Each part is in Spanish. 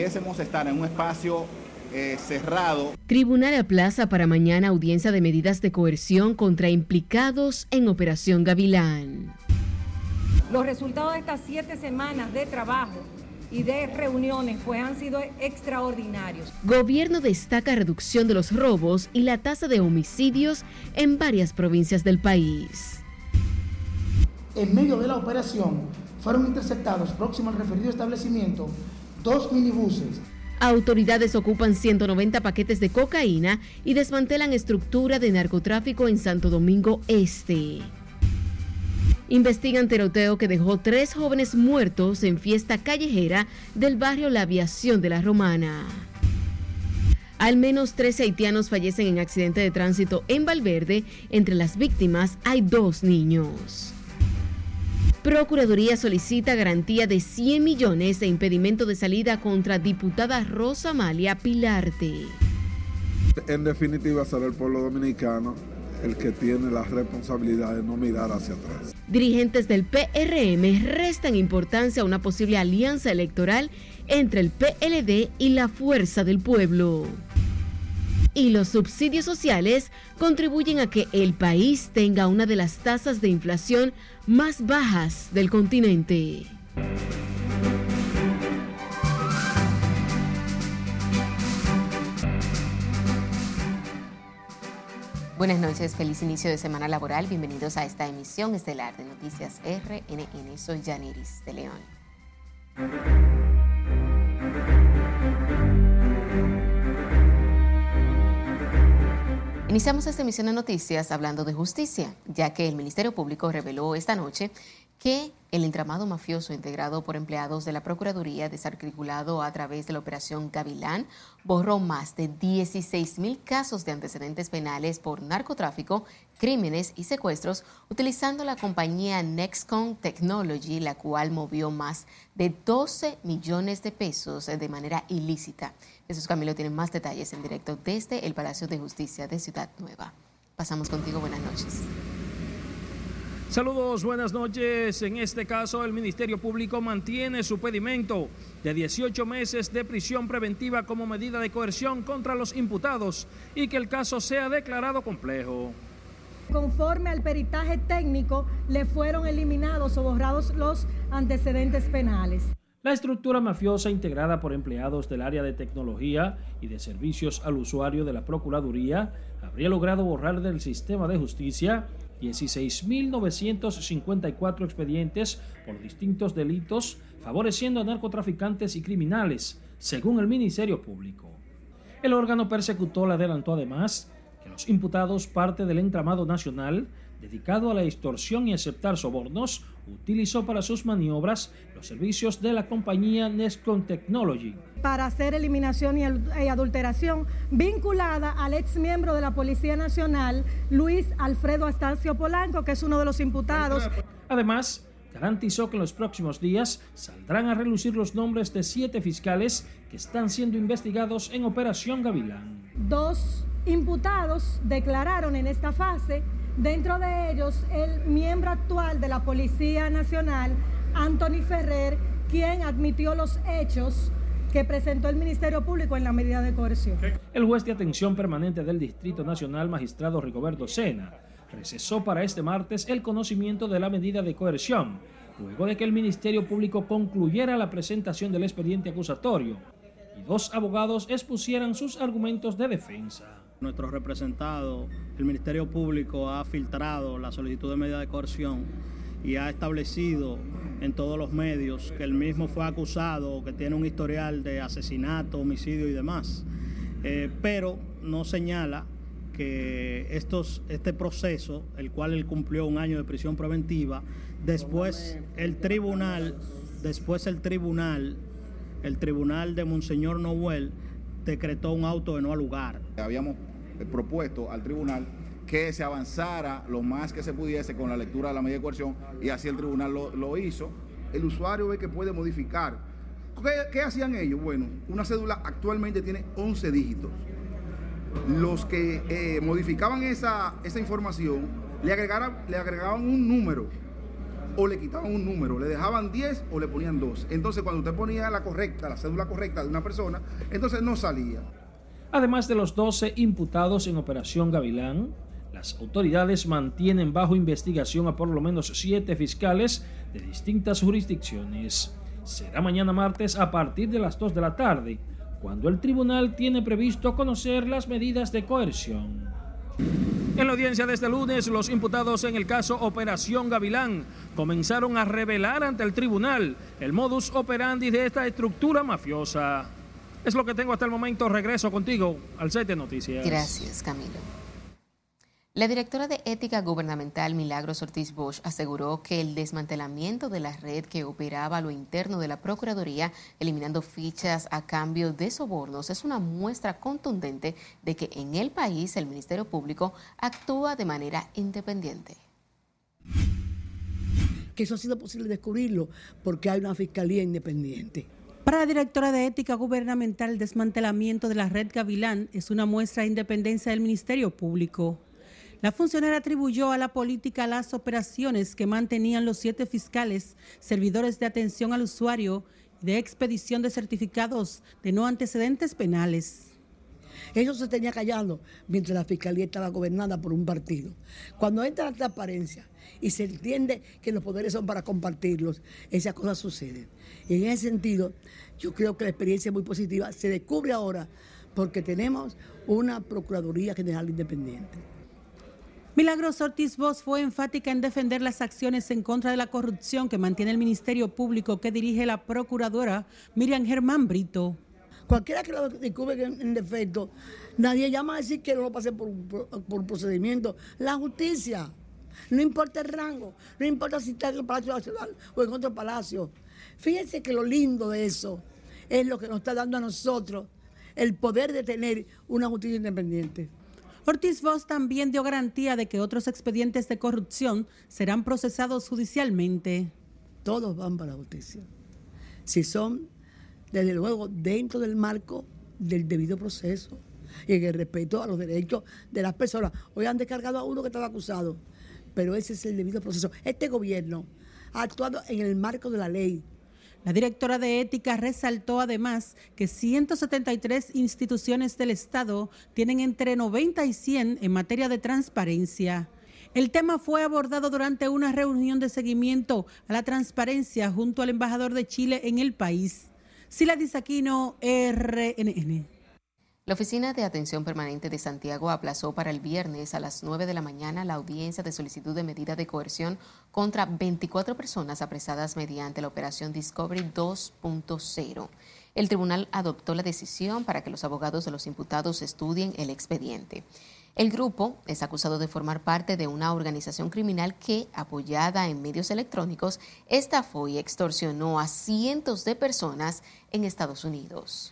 pudiésemos estar en un espacio cerrado. Tribunal aplaza para mañana audiencia de medidas de coerción contra implicados en Operación Gavilán. Los resultados de estas 7 semanas de trabajo y de reuniones han sido extraordinarios. Gobierno destaca reducción de los robos y la tasa de homicidios en varias provincias del país. En medio de la operación fueron interceptados próximo al referido establecimiento 2 minibuses. Autoridades ocupan 190 paquetes de cocaína y desmantelan estructura de narcotráfico en Santo Domingo Este. Investigan tiroteo que dejó 3 jóvenes muertos en fiesta callejera del barrio La Aviación de la Romana. Al menos 13 haitianos fallecen en accidente de tránsito en Valverde. Entre las víctimas hay 2 niños. Procuraduría solicita garantía de 100 millones de impedimento de salida contra diputada Rosa Amalia Pilarte. En definitiva, será el pueblo dominicano el que tiene la responsabilidad de no mirar hacia atrás. Dirigentes del PRM restan importancia a una posible alianza electoral entre el PLD y la Fuerza del Pueblo. Y los subsidios sociales contribuyen a que el país tenga una de las tasas de inflación más bajas del continente. Buenas noches, feliz inicio de semana laboral. Bienvenidos a esta emisión estelar de Noticias RNN. Soy Yaniris de León. Iniciamos esta emisión de noticias hablando de justicia, ya que el Ministerio Público reveló esta noche que el entramado mafioso integrado por empleados de la Procuraduría desarticulado a través de la Operación Gavilán borró más de 16,000 casos de antecedentes penales por narcotráfico, crímenes y secuestros utilizando la compañía Nexcom Technology, la cual movió más de 12 millones de pesos de manera ilícita. Jesús Camilo tiene más detalles en directo desde el Palacio de Justicia de Ciudad Nueva. Pasamos contigo, buenas noches. Saludos, buenas noches. En este caso, el Ministerio Público mantiene su pedimento de 18 meses de prisión preventiva como medida de coerción contra los imputados y que el caso sea declarado complejo. Conforme al peritaje técnico, le fueron eliminados o borrados los antecedentes penales. La estructura mafiosa integrada por empleados del área de tecnología y de servicios al usuario de la Procuraduría habría logrado borrar del sistema de justicia 16,954 expedientes por distintos delitos, favoreciendo a narcotraficantes y criminales, según el Ministerio Público. El órgano persecutor adelantó además que los imputados, parte del entramado nacional dedicado a la extorsión y aceptar sobornos, utilizó para sus maniobras los servicios de la compañía Nexcom Technology para hacer eliminación y adulteración vinculada al ex miembro de la Policía Nacional, Luis Alfredo Astacio Polanco, que es uno de los imputados. Además, garantizó que en los próximos días saldrán a relucir los nombres de 7 fiscales que están siendo investigados en Operación Gavilán. 2 imputados declararon en esta fase, dentro de ellos el miembro actual de la Policía Nacional, Anthony Ferrer, quien admitió los hechos que presentó el Ministerio Público en la medida de coerción. El juez de atención permanente del Distrito Nacional, magistrado Rigoberto Sena, recesó para este martes el conocimiento de la medida de coerción, luego de que el Ministerio Público concluyera la presentación del expediente acusatorio y 2 abogados expusieran sus argumentos de defensa. Nuestro representado, el Ministerio Público, ha filtrado la solicitud de medida de coerción y ha establecido en todos los medios que el mismo fue acusado, que tiene un historial de asesinato, homicidio y demás, pero no señala que este proceso, el cual él cumplió 1 año de prisión preventiva, después el tribunal de Monseñor Noel decretó un auto de no lugar. Habíamos propuesto al tribunal que se avanzara lo más que se pudiese con la lectura de la medida de coerción y así el tribunal lo hizo. El usuario ve que puede modificar. ¿Qué hacían ellos? Bueno, una cédula actualmente tiene 11 dígitos. Los que modificaban esa información le agregaban un número o le quitaban un número, le dejaban 10 o le ponían 2. Entonces cuando usted ponía la cédula correcta de una persona, entonces no salía. Además de los 12 imputados en Operación Gavilán, las autoridades mantienen bajo investigación a por lo menos 7 fiscales de distintas jurisdicciones. Será mañana martes a partir de las 2 de la tarde, cuando el tribunal tiene previsto conocer las medidas de coerción. En la audiencia de este lunes, los imputados en el caso Operación Gavilán comenzaron a revelar ante el tribunal el modus operandi de esta estructura mafiosa. Es lo que tengo hasta el momento. Regreso contigo al set de noticias. Gracias, Camilo. La directora de Ética Gubernamental, Milagros Ortiz Bosch, aseguró que el desmantelamiento de la red que operaba a lo interno de la Procuraduría, eliminando fichas a cambio de sobornos, es una muestra contundente de que en el país el Ministerio Público actúa de manera independiente. Que eso ha sido posible descubrirlo porque hay una fiscalía independiente. Para la directora de Ética Gubernamental, el desmantelamiento de la red Gavilán es una muestra de independencia del Ministerio Público. La funcionaria atribuyó a la política las operaciones que mantenían los 7 fiscales, servidores de atención al usuario y de expedición de certificados de no antecedentes penales. Eso se tenía callando mientras la fiscalía estaba gobernada por un partido. Cuando entra la transparencia y se entiende que los poderes son para compartirlos, esas cosas suceden. Y en ese sentido, yo creo que la experiencia es muy positiva. Se descubre ahora porque tenemos una Procuraduría General Independiente. Milagros Ortiz Bosch fue enfática en defender las acciones en contra de la corrupción que mantiene el Ministerio Público que dirige la procuradora Miriam Germán Brito. Cualquiera que lo descubre en defecto, nadie llama a decir que no lo pase por procedimiento. La justicia, no importa el rango, no importa si está en el Palacio Nacional o en otro palacio. Fíjense que lo lindo de eso es lo que nos está dando a nosotros el poder de tener una justicia independiente. Ortiz Bosch también dio garantía de que otros expedientes de corrupción serán procesados judicialmente. Todos van para la justicia. Si son, desde luego, dentro del marco del debido proceso y en el respeto a los derechos de las personas. Hoy han descargado a uno que estaba acusado, pero ese es el debido proceso. Este gobierno ha actuado en el marco de la ley. La directora de Ética resaltó además que 173 instituciones del Estado tienen entre 90 y 100 en materia de transparencia. El tema fue abordado durante una reunión de seguimiento a la transparencia junto al embajador de Chile en el país. Sila Disaquino, RNN. La Oficina de Atención Permanente de Santiago aplazó para el viernes a las 9 de la mañana la audiencia de solicitud de medida de coerción contra 24 personas apresadas mediante la operación Discovery 2.0. El tribunal adoptó la decisión para que los abogados de los imputados estudien el expediente. El grupo es acusado de formar parte de una organización criminal que, apoyada en medios electrónicos, estafó y extorsionó a cientos de personas en Estados Unidos.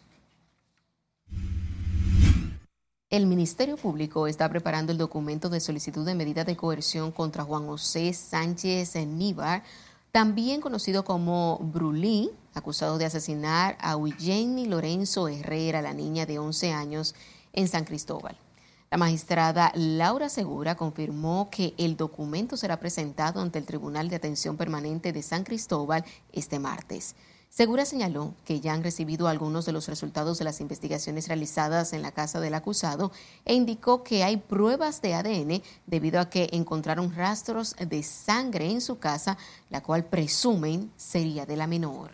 El Ministerio Público está preparando el documento de solicitud de medida de coerción contra Juan José Sánchez Níbar, también conocido como Brulí, acusado de asesinar a Eugenie Lorenzo Herrera, la niña de 11 años, en San Cristóbal. La magistrada Laura Segura confirmó que el documento será presentado ante el Tribunal de Atención Permanente de San Cristóbal este martes. Segura señaló que ya han recibido algunos de los resultados de las investigaciones realizadas en la casa del acusado e indicó que hay pruebas de ADN debido a que encontraron rastros de sangre en su casa, la cual presumen sería de la menor.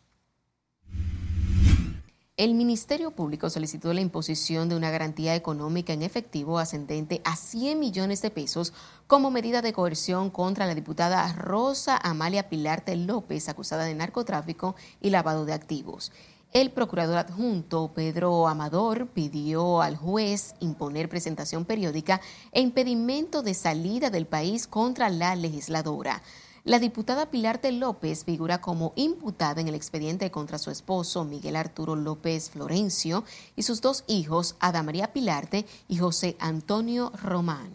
El Ministerio Público solicitó la imposición de una garantía económica en efectivo ascendente a 100 millones de pesos como medida de coerción contra la diputada Rosa Amalia Pilarte López, acusada de narcotráfico y lavado de activos. El procurador adjunto Pedro Amador pidió al juez imponer presentación periódica e impedimento de salida del país contra la legisladora. La diputada Pilarte López figura como imputada en el expediente contra su esposo Miguel Arturo López Florencio y sus 2 hijos, Ada María Pilarte y José Antonio Román.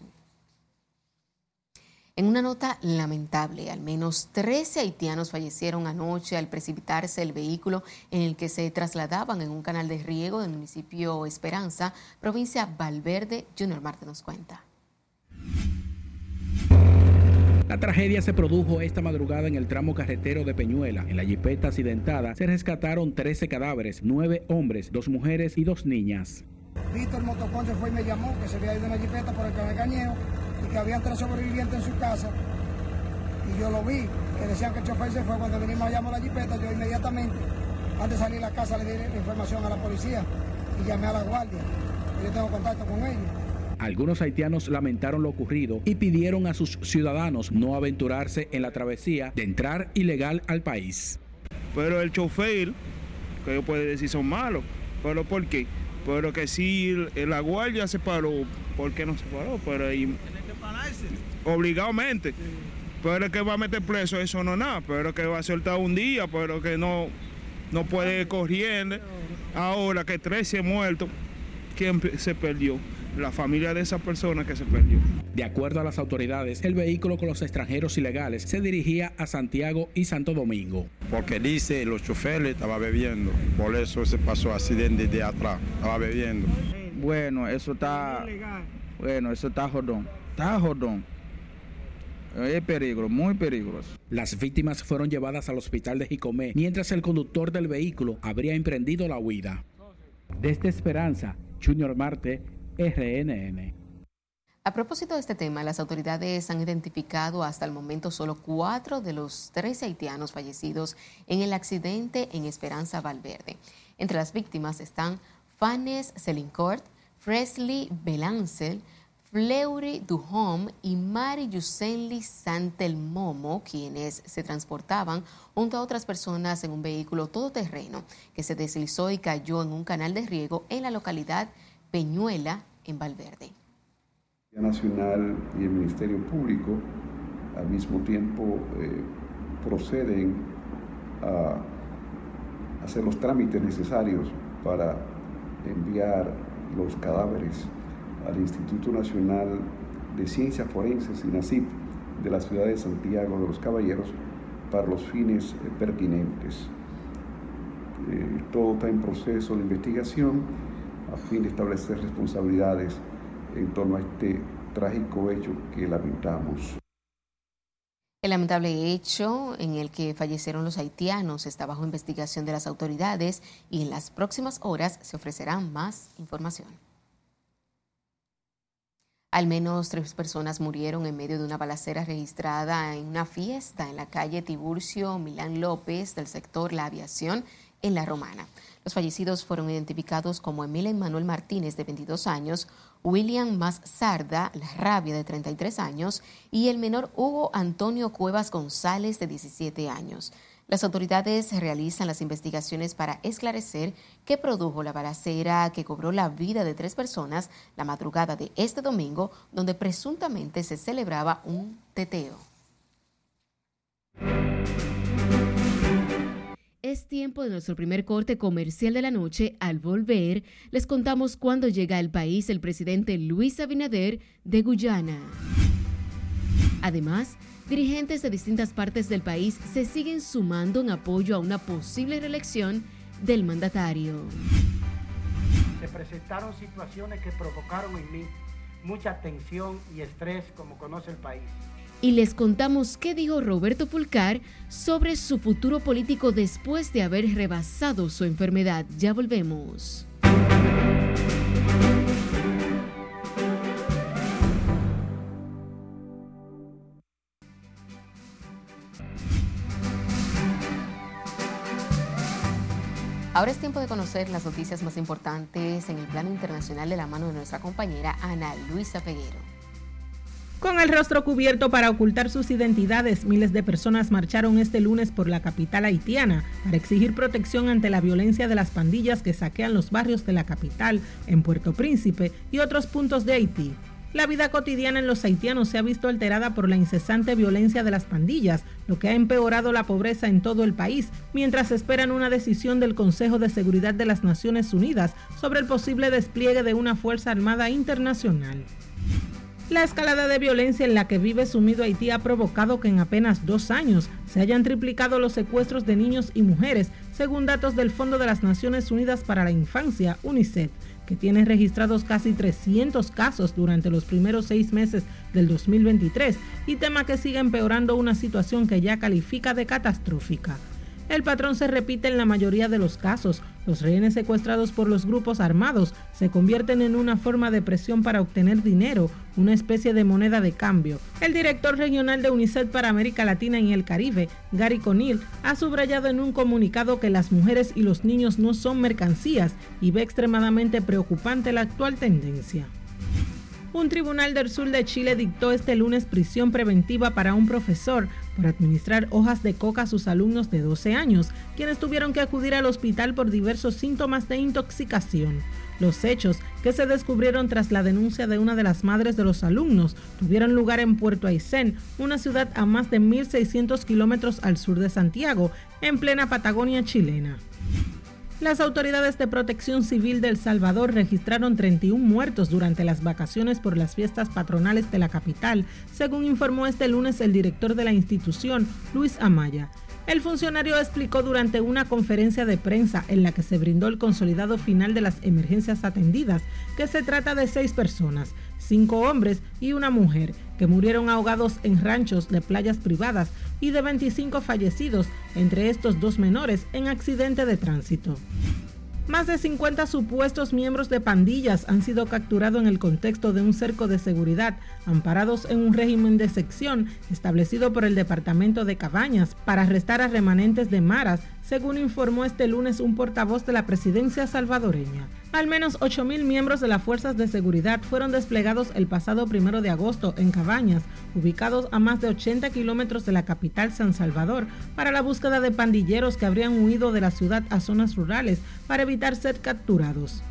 En una nota lamentable, al menos 13 haitianos fallecieron anoche al precipitarse el vehículo en el que se trasladaban en un canal de riego del municipio Esperanza, provincia Valverde. Junior Marte nos cuenta. La tragedia se produjo esta madrugada en el tramo carretero de Peñuela. En la jipeta accidentada se rescataron 13 cadáveres, 9 hombres, 2 mujeres y 2 niñas. Víctor Motoconcho fue y me llamó que se había ido en la jipeta por el canal Cañeo y que habían 3 sobrevivientes en su casa. Y yo lo vi, que decían que el chofer se fue. Cuando venimos a llamar a la jipeta, yo inmediatamente, antes de salir de la casa, le di la información a la policía y llamé a la guardia. Yo tengo contacto con ellos. Algunos haitianos lamentaron lo ocurrido y pidieron a sus ciudadanos no aventurarse en la travesía de entrar ilegal al país. Pero el chofer, que yo puedo decir son malos, pero ¿por qué? Pero que si la guardia se paró, ¿por qué no se paró? Pero ahí, tiene que pararse. Obligadamente. Pero que va a meter preso, eso no es nada. Pero que va a soltar un día, pero que no puede ir corriendo. Ahora que 13 muertos, ¿quién se perdió? La familia de esa persona que se perdió. De acuerdo a las autoridades, el vehículo con los extranjeros ilegales se dirigía a Santiago y Santo Domingo. Porque dice los choferes estaban bebiendo, por eso se pasó accidente de atrás, estaba bebiendo. Bueno, eso está jodón, es peligro, muy peligroso. Las víctimas fueron llevadas al hospital de Jicomé, mientras el conductor del vehículo habría emprendido la huida. Desde Esperanza, Junior Marte, RNN. A propósito de este tema, las autoridades han identificado hasta el momento solo 4 de los 13 haitianos fallecidos en el accidente en Esperanza Valverde. Entre las víctimas están Fanes Selincourt, Fresley Belancel, Fleury Duhom y Mari Yusenli Santelmomo, quienes se transportaban junto a otras personas en un vehículo todoterreno que se deslizó y cayó en un canal de riego en la localidad Peñuela, en Valverde. La Nacional y el Ministerio Público al mismo tiempo proceden a hacer los trámites necesarios para enviar los cadáveres al Instituto Nacional de Ciencias Forenses, INACIF, de la ciudad de Santiago de los Caballeros para los fines pertinentes. Todo está en proceso de investigación a fin de establecer responsabilidades en torno a este trágico hecho que lamentamos. El lamentable hecho en el que fallecieron los haitianos está bajo investigación de las autoridades y en las próximas horas se ofrecerá más información. Al menos 3 personas murieron en medio de una balacera registrada en una fiesta en la calle Tiburcio Milán López del sector La Aviación en La Romana. Los fallecidos fueron identificados como Emil Emmanuel Martínez, de 22 años, William Mas Sarda Larrabia, de 33 años, y el menor Hugo Antonio Cuevas González, de 17 años. Las autoridades realizan las investigaciones para esclarecer qué produjo la balacera que cobró la vida de 3 personas la madrugada de este domingo, donde presuntamente se celebraba un teteo. Es tiempo de nuestro primer corte comercial de la noche. Al volver, les contamos cuándo llega al país el presidente Luis Abinader de Guyana. Además, dirigentes de distintas partes del país se siguen sumando en apoyo a una posible reelección del mandatario. Se presentaron situaciones que provocaron en mí mucha tensión y estrés, como conoce el país. Y les contamos qué dijo Roberto Fulcar sobre su futuro político después de haber rebasado su enfermedad. Ya volvemos. Ahora es tiempo de conocer las noticias más importantes en el plano internacional de la mano de nuestra compañera Ana Luisa Peguero. Con el rostro cubierto para ocultar sus identidades, miles de personas marcharon este lunes por la capital haitiana para exigir protección ante la violencia de las pandillas que saquean los barrios de la capital, en Puerto Príncipe y otros puntos de Haití. La vida cotidiana en los haitianos se ha visto alterada por la incesante violencia de las pandillas, lo que ha empeorado la pobreza en todo el país, mientras esperan una decisión del Consejo de Seguridad de las Naciones Unidas sobre el posible despliegue de una Fuerza Armada Internacional. La escalada de violencia en la que vive sumido Haití ha provocado que en apenas 2 años se hayan triplicado los secuestros de niños y mujeres, según datos del Fondo de las Naciones Unidas para la Infancia, UNICEF, que tiene registrados casi 300 casos durante los primeros 6 meses del 2023 y tema que sigue empeorando una situación que ya califica de catastrófica. El patrón se repite en la mayoría de los casos. Los rehenes secuestrados por los grupos armados se convierten en una forma de presión para obtener dinero, una especie de moneda de cambio. El director regional de UNICEF para América Latina y el Caribe, Gary Conil, ha subrayado en un comunicado que las mujeres y los niños no son mercancías y ve extremadamente preocupante la actual tendencia. Un tribunal del sur de Chile dictó este lunes prisión preventiva para un profesor por administrar hojas de coca a sus alumnos de 12 años, quienes tuvieron que acudir al hospital por diversos síntomas de intoxicación. Los hechos, que se descubrieron tras la denuncia de una de las madres de los alumnos, tuvieron lugar en Puerto Aysén, una ciudad a más de 1.600 kilómetros al sur de Santiago, en plena Patagonia chilena. Las autoridades de protección civil de El Salvador registraron 31 muertos durante las vacaciones por las fiestas patronales de la capital, según informó este lunes el director de la institución, Luis Amaya. El funcionario explicó durante una conferencia de prensa en la que se brindó el consolidado final de las emergencias atendidas que se trata de 6 personas, 5 hombres y una mujer, que murieron ahogados en ranchos de playas privadas y de 25 fallecidos, entre estos 2 menores, en accidente de tránsito. Más de 50 supuestos miembros de pandillas han sido capturados en el contexto de un cerco de seguridad, amparados en un régimen de sección establecido por el departamento de Cabañas para arrestar a remanentes de maras, según informó este lunes un portavoz de la presidencia salvadoreña. Al menos 8.000 miembros de las fuerzas de seguridad fueron desplegados el pasado 1 de agosto en Cabañas, ubicados a más de 80 kilómetros de la capital San Salvador, para la búsqueda de pandilleros que habrían huido de la ciudad a zonas rurales para evitar ser capturados.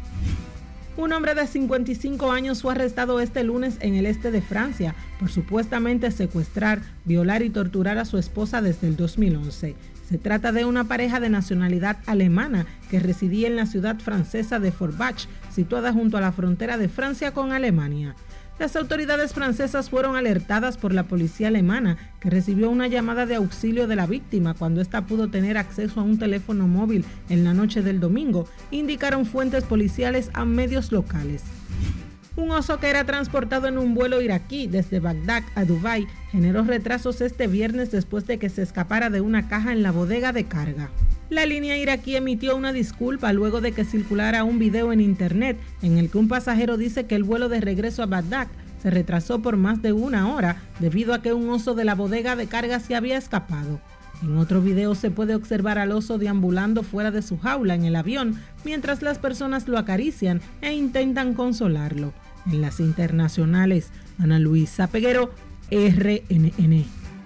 Un hombre de 55 años fue arrestado este lunes en el este de Francia por supuestamente secuestrar, violar y torturar a su esposa desde el 2011. Se trata de una pareja de nacionalidad alemana que residía en la ciudad francesa de Forbach, situada junto a la frontera de Francia con Alemania. Las autoridades francesas fueron alertadas por la policía alemana, que recibió una llamada de auxilio de la víctima cuando ésta pudo tener acceso a un teléfono móvil en la noche del domingo, indicaron fuentes policiales a medios locales. Un oso que era transportado en un vuelo iraquí desde Bagdad a Dubái generó retrasos este viernes después de que se escapara de una caja en la bodega de carga. La línea iraquí emitió una disculpa luego de que circulara un video en internet en el que un pasajero dice que el vuelo de regreso a Bagdad se retrasó por más de 1 hora debido a que un oso de la bodega de carga se había escapado. En otro video se puede observar al oso deambulando fuera de su jaula en el avión mientras las personas lo acarician e intentan consolarlo. En las internacionales, Ana Luisa Peguero, RNN.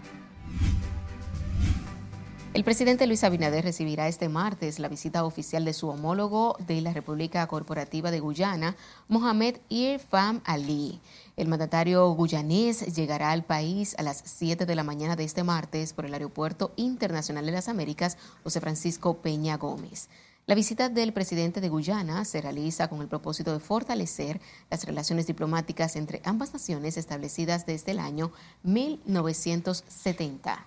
El presidente Luis Abinader recibirá este martes la visita oficial de su homólogo de la República Corporativa de Guyana, Mohamed Irfan Ali. El mandatario guyanés llegará al país a las 7 de la mañana de este martes por el Aeropuerto Internacional de las Américas, José Francisco Peña Gómez. La visita del presidente de Guyana se realiza con el propósito de fortalecer las relaciones diplomáticas entre ambas naciones establecidas desde el año 1970.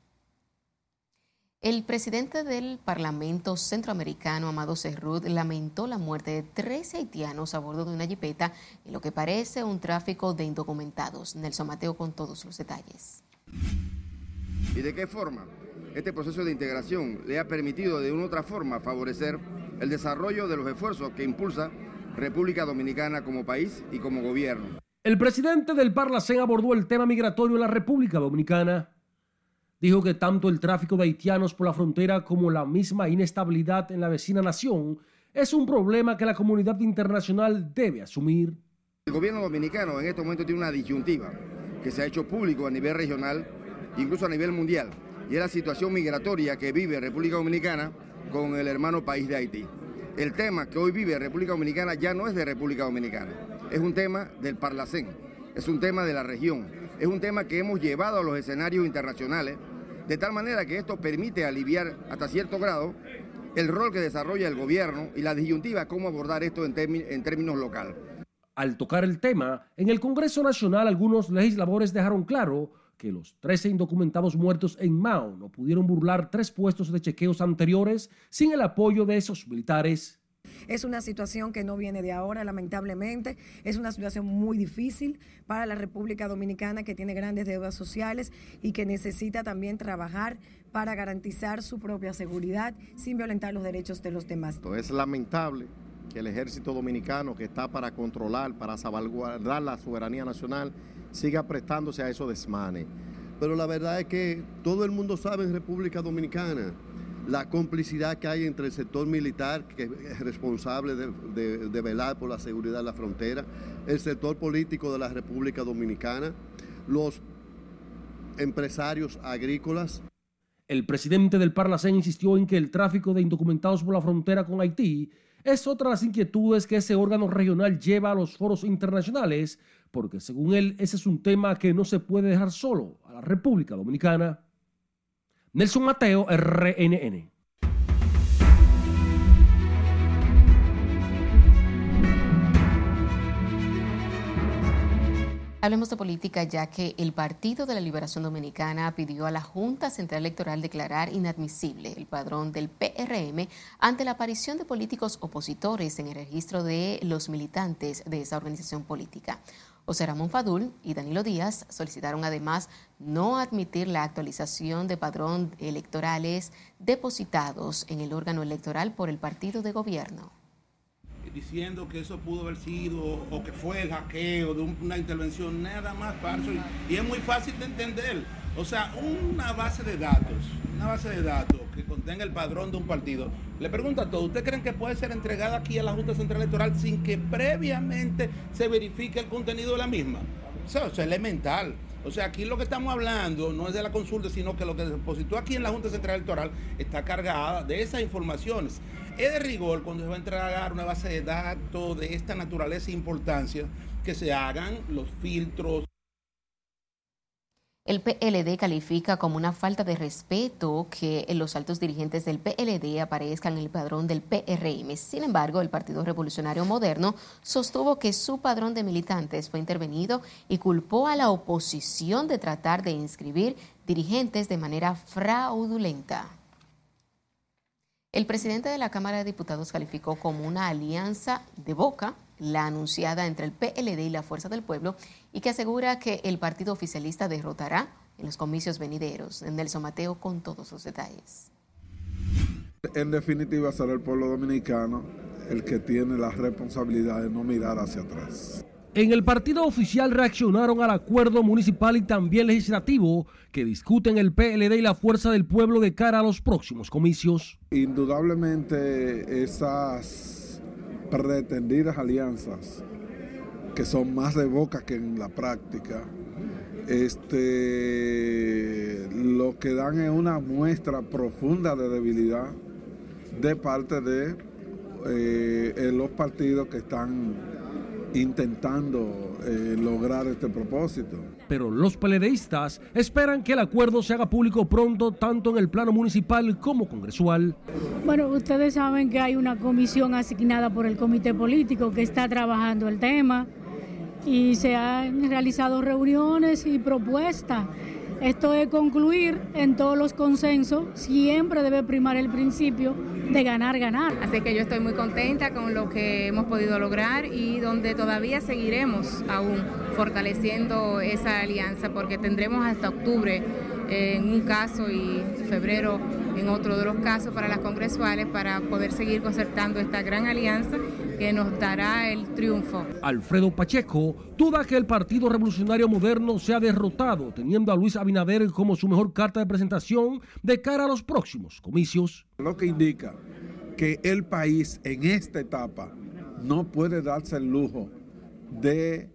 El presidente del Parlamento Centroamericano, Amado Cerrut, lamentó la muerte de 13 haitianos a bordo de una jipeta en lo que parece un tráfico de indocumentados. Nelson Mateo con todos los detalles. ¿Y de qué forma? Este proceso de integración le ha permitido de una u otra forma favorecer el desarrollo de los esfuerzos que impulsa República Dominicana como país y como gobierno. El presidente del Parlacén abordó el tema migratorio en la República Dominicana. Dijo que tanto el tráfico de haitianos por la frontera como la misma inestabilidad en la vecina nación es un problema que la comunidad internacional debe asumir. El gobierno dominicano en este momento tiene una disyuntiva que se ha hecho público a nivel regional, incluso a nivel mundial, y es la situación migratoria que vive República Dominicana con el hermano país de Haití. El tema que hoy vive República Dominicana ya no es de República Dominicana, es un tema del Parlacén, es un tema de la región, es un tema que hemos llevado a los escenarios internacionales, de tal manera que esto permite aliviar hasta cierto grado el rol que desarrolla el gobierno y la disyuntiva cómo abordar esto en términos locales. Al tocar el tema, en el Congreso Nacional algunos legisladores dejaron claro que los 13 indocumentados muertos en Mao no pudieron burlar 3 puestos de chequeos anteriores sin el apoyo de esos militares. Es una situación que no viene de ahora, lamentablemente. Es una situación muy difícil para la República Dominicana, que tiene grandes deudas sociales y que necesita también trabajar para garantizar su propia seguridad sin violentar los derechos de los demás. Es lamentable que el ejército dominicano, que está para controlar, para salvaguardar la soberanía nacional, siga prestándose a esos desmanes. Pero la verdad es que todo el mundo sabe en República Dominicana la complicidad que hay entre el sector militar, que es responsable de velar por la seguridad de la frontera, el sector político de la República Dominicana, los empresarios agrícolas. El presidente del Parlacén insistió en que el tráfico de indocumentados por la frontera con Haití es otra de las inquietudes que ese órgano regional lleva a los foros internacionales, porque según él ese es un tema que no se puede dejar solo a la República Dominicana. Nelson Mateo, RNN. Hablemos de política, ya que el Partido de la Liberación Dominicana pidió a la Junta Central Electoral declarar inadmisible el padrón del PRM ante la aparición de políticos opositores en el registro de los militantes de esa organización política. José Ramón Fadul y Danilo Díaz solicitaron además no admitir la actualización de padrón electorales depositados en el órgano electoral por el partido de gobierno. Diciendo que eso pudo haber sido o que fue el hackeo de una intervención, nada más falso y es muy fácil de entender. O sea, una base de datos que contenga el padrón de un partido. Le pregunto a todos, ¿ustedes creen que puede ser entregada aquí a la Junta Central Electoral sin que previamente se verifique el contenido de la misma? Eso es elemental. O sea, aquí lo que estamos hablando no es de la consulta, sino que lo que se depositó aquí en la Junta Central Electoral está cargada de esas informaciones. Es de rigor cuando se va a entregar una base de datos de esta naturaleza e importancia que se hagan los filtros. El PLD califica como una falta de respeto que los altos dirigentes del PLD aparezcan en el padrón del PRM. Sin embargo, el Partido Revolucionario Moderno sostuvo que su padrón de militantes fue intervenido y culpó a la oposición de tratar de inscribir dirigentes de manera fraudulenta. El presidente de la Cámara de Diputados calificó como una alianza de boca la anunciada entre el PLD y la Fuerza del Pueblo y que asegura que el partido oficialista derrotará en los comicios venideros. Nelson Mateo con todos los detalles. En definitiva, será el pueblo dominicano el que tiene la responsabilidad de no mirar hacia atrás. En el partido oficial reaccionaron al acuerdo municipal y también legislativo que discuten el PLD y la Fuerza del Pueblo de cara a los próximos comicios. Indudablemente esas pretendidas alianzas, que son más de boca que en la práctica, lo que dan es una muestra profunda de debilidad de parte de los partidos que están intentando lograr este propósito. Pero los PLDistas esperan que el acuerdo se haga público pronto, tanto en el plano municipal como congresual. Bueno, ustedes saben que hay una comisión asignada por el comité político que está trabajando el tema y se han realizado reuniones y propuestas. Esto es concluir en todos los consensos, siempre debe primar el principio de ganar, ganar. Así que yo estoy muy contenta con lo que hemos podido lograr y donde todavía seguiremos aún fortaleciendo esa alianza porque tendremos hasta octubre en un caso y febrero en otro de los casos para las congresuales para poder seguir concertando esta gran alianza que nos dará el triunfo. Alfredo Pacheco duda que el Partido Revolucionario Moderno sea derrotado, teniendo a Luis Abinader como su mejor carta de presentación de cara a los próximos comicios. Lo que indica que el país en esta etapa no puede darse el lujo de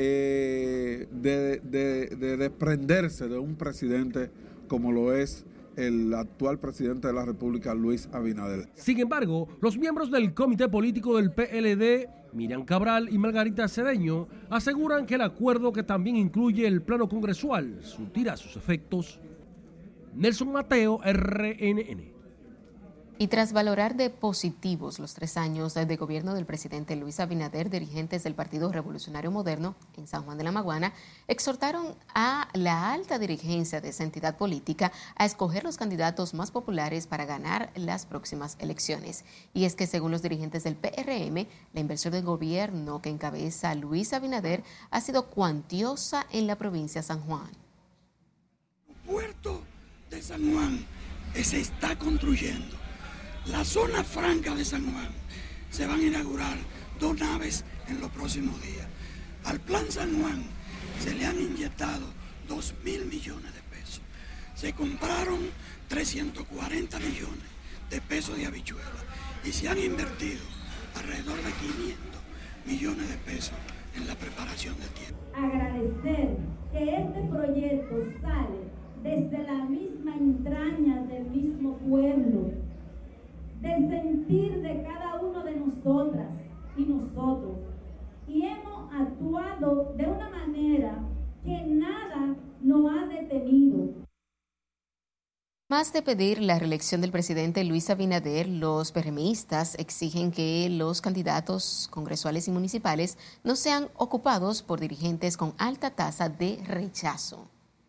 desprenderse de un presidente como lo es el actual presidente de la República, Luis Abinader. Sin embargo, los miembros del comité político del PLD, Miriam Cabral y Margarita Cedeño, aseguran que el acuerdo, que también incluye el plano congresual, surtirá sus efectos. Nelson Mateo, RNN. Y tras valorar de positivos los 3 años de gobierno del presidente Luis Abinader, dirigentes del Partido Revolucionario Moderno en San Juan de la Maguana exhortaron a la alta dirigencia de esa entidad política a escoger los candidatos más populares para ganar las próximas elecciones. Y es que según los dirigentes del PRM, la inversión del gobierno que encabeza Luis Abinader ha sido cuantiosa en la provincia de San Juan. El puerto de San Juan se está construyendo. La zona franca de San Juan se van a inaugurar 2 naves en los próximos días. Al Plan San Juan se le han inyectado 2.000 millones de pesos. Se compraron 340 millones de pesos de habichuelas y se han invertido alrededor de 500 millones de pesos en la preparación de tierra. Agradecer que este proyecto sale desde la misma entraña del mismo pueblo, del sentir de cada uno de nosotras y nosotros, y hemos actuado de una manera que nada nos ha detenido. Más de pedir la reelección del presidente Luis Abinader, los PRMistas exigen que los candidatos congresuales y municipales no sean ocupados por dirigentes con alta tasa de rechazo.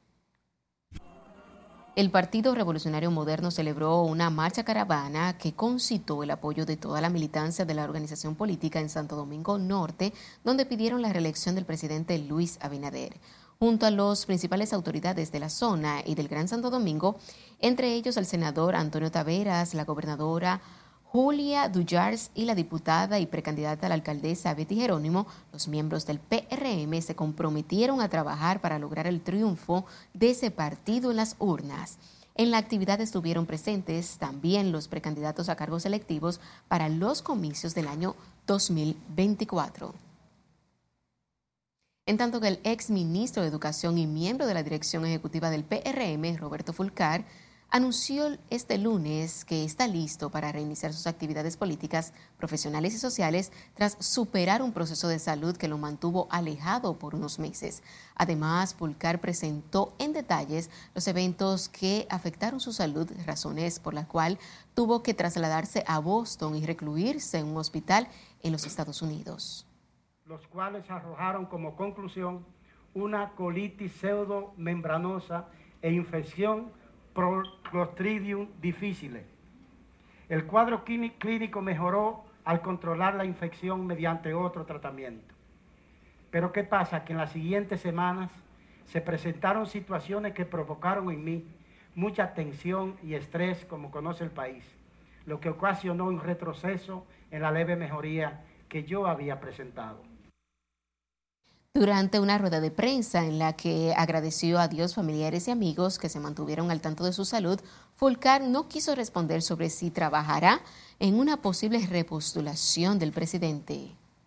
El Partido Revolucionario Moderno celebró una marcha caravana que concitó el apoyo de toda la militancia de la organización política en Santo Domingo Norte, donde pidieron la reelección del presidente Luis Abinader. Junto a las principales autoridades de la zona y del Gran Santo Domingo, entre ellos el senador Antonio Taveras, la gobernadora Julia Duyars y la diputada y precandidata a la alcaldesa Betty Jerónimo, los miembros del PRM se comprometieron a trabajar para lograr el triunfo de ese partido en las urnas. En la actividad estuvieron presentes también los precandidatos a cargos electivos para los comicios del año 2024. En tanto que el ex ministro de Educación y miembro de la dirección ejecutiva del PRM, Roberto Fulcar, anunció este lunes que está listo para reiniciar sus actividades políticas, profesionales y sociales tras superar un proceso de salud que lo mantuvo alejado por unos meses. Además, Fulcar presentó en detalles los eventos que afectaron su salud, razones por las cuales tuvo que trasladarse a Boston y recluirse en un hospital en los Estados Unidos. Los cuales arrojaron como conclusión una colitis pseudomembranosa e infección por Clostridium difficile. El cuadro clínico mejoró al controlar la infección mediante otro tratamiento. Pero ¿qué pasa? Que en las siguientes semanas se presentaron situaciones que provocaron en mí mucha tensión y estrés, como conoce el país, lo que ocasionó un retroceso en la leve mejoría que yo había presentado. Durante una rueda de prensa en la que agradeció a Dios, familiares y amigos que se mantuvieron al tanto de su salud, Fulcar no quiso responder sobre si trabajará en una posible repostulación del presidente.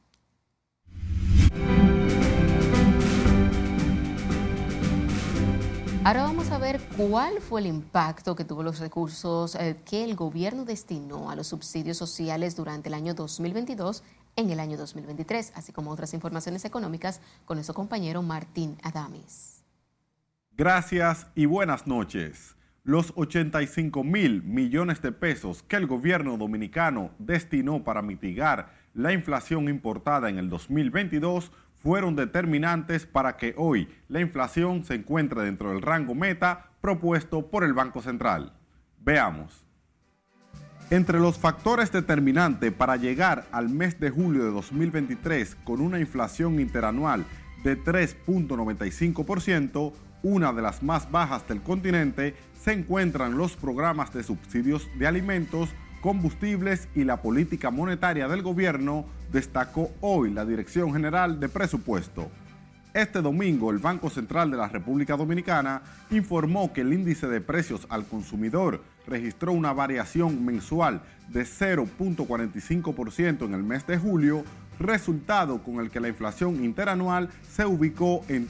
Ahora vamos a ver cuál fue el impacto que tuvo los recursos que el gobierno destinó a los subsidios sociales durante el año 2022 en el año 2023, así como otras informaciones económicas con nuestro compañero Martín Adames. Gracias y buenas noches. Los 85,000 millones de pesos que el gobierno dominicano destinó para mitigar la inflación importada en el 2022 fueron determinantes para que hoy la inflación se encuentre dentro del rango meta propuesto por el Banco Central. Veamos. Entre los factores determinantes para llegar al mes de julio de 2023 con una inflación interanual de 3.95%, una de las más bajas del continente, se encuentran los programas de subsidios de alimentos, combustibles y la política monetaria del gobierno, destacó hoy la Dirección General de Presupuesto. Este domingo, el Banco Central de la República Dominicana informó que el índice de precios al consumidor registró una variación mensual de 0.45% en el mes de julio, resultado con el que la inflación interanual se ubicó en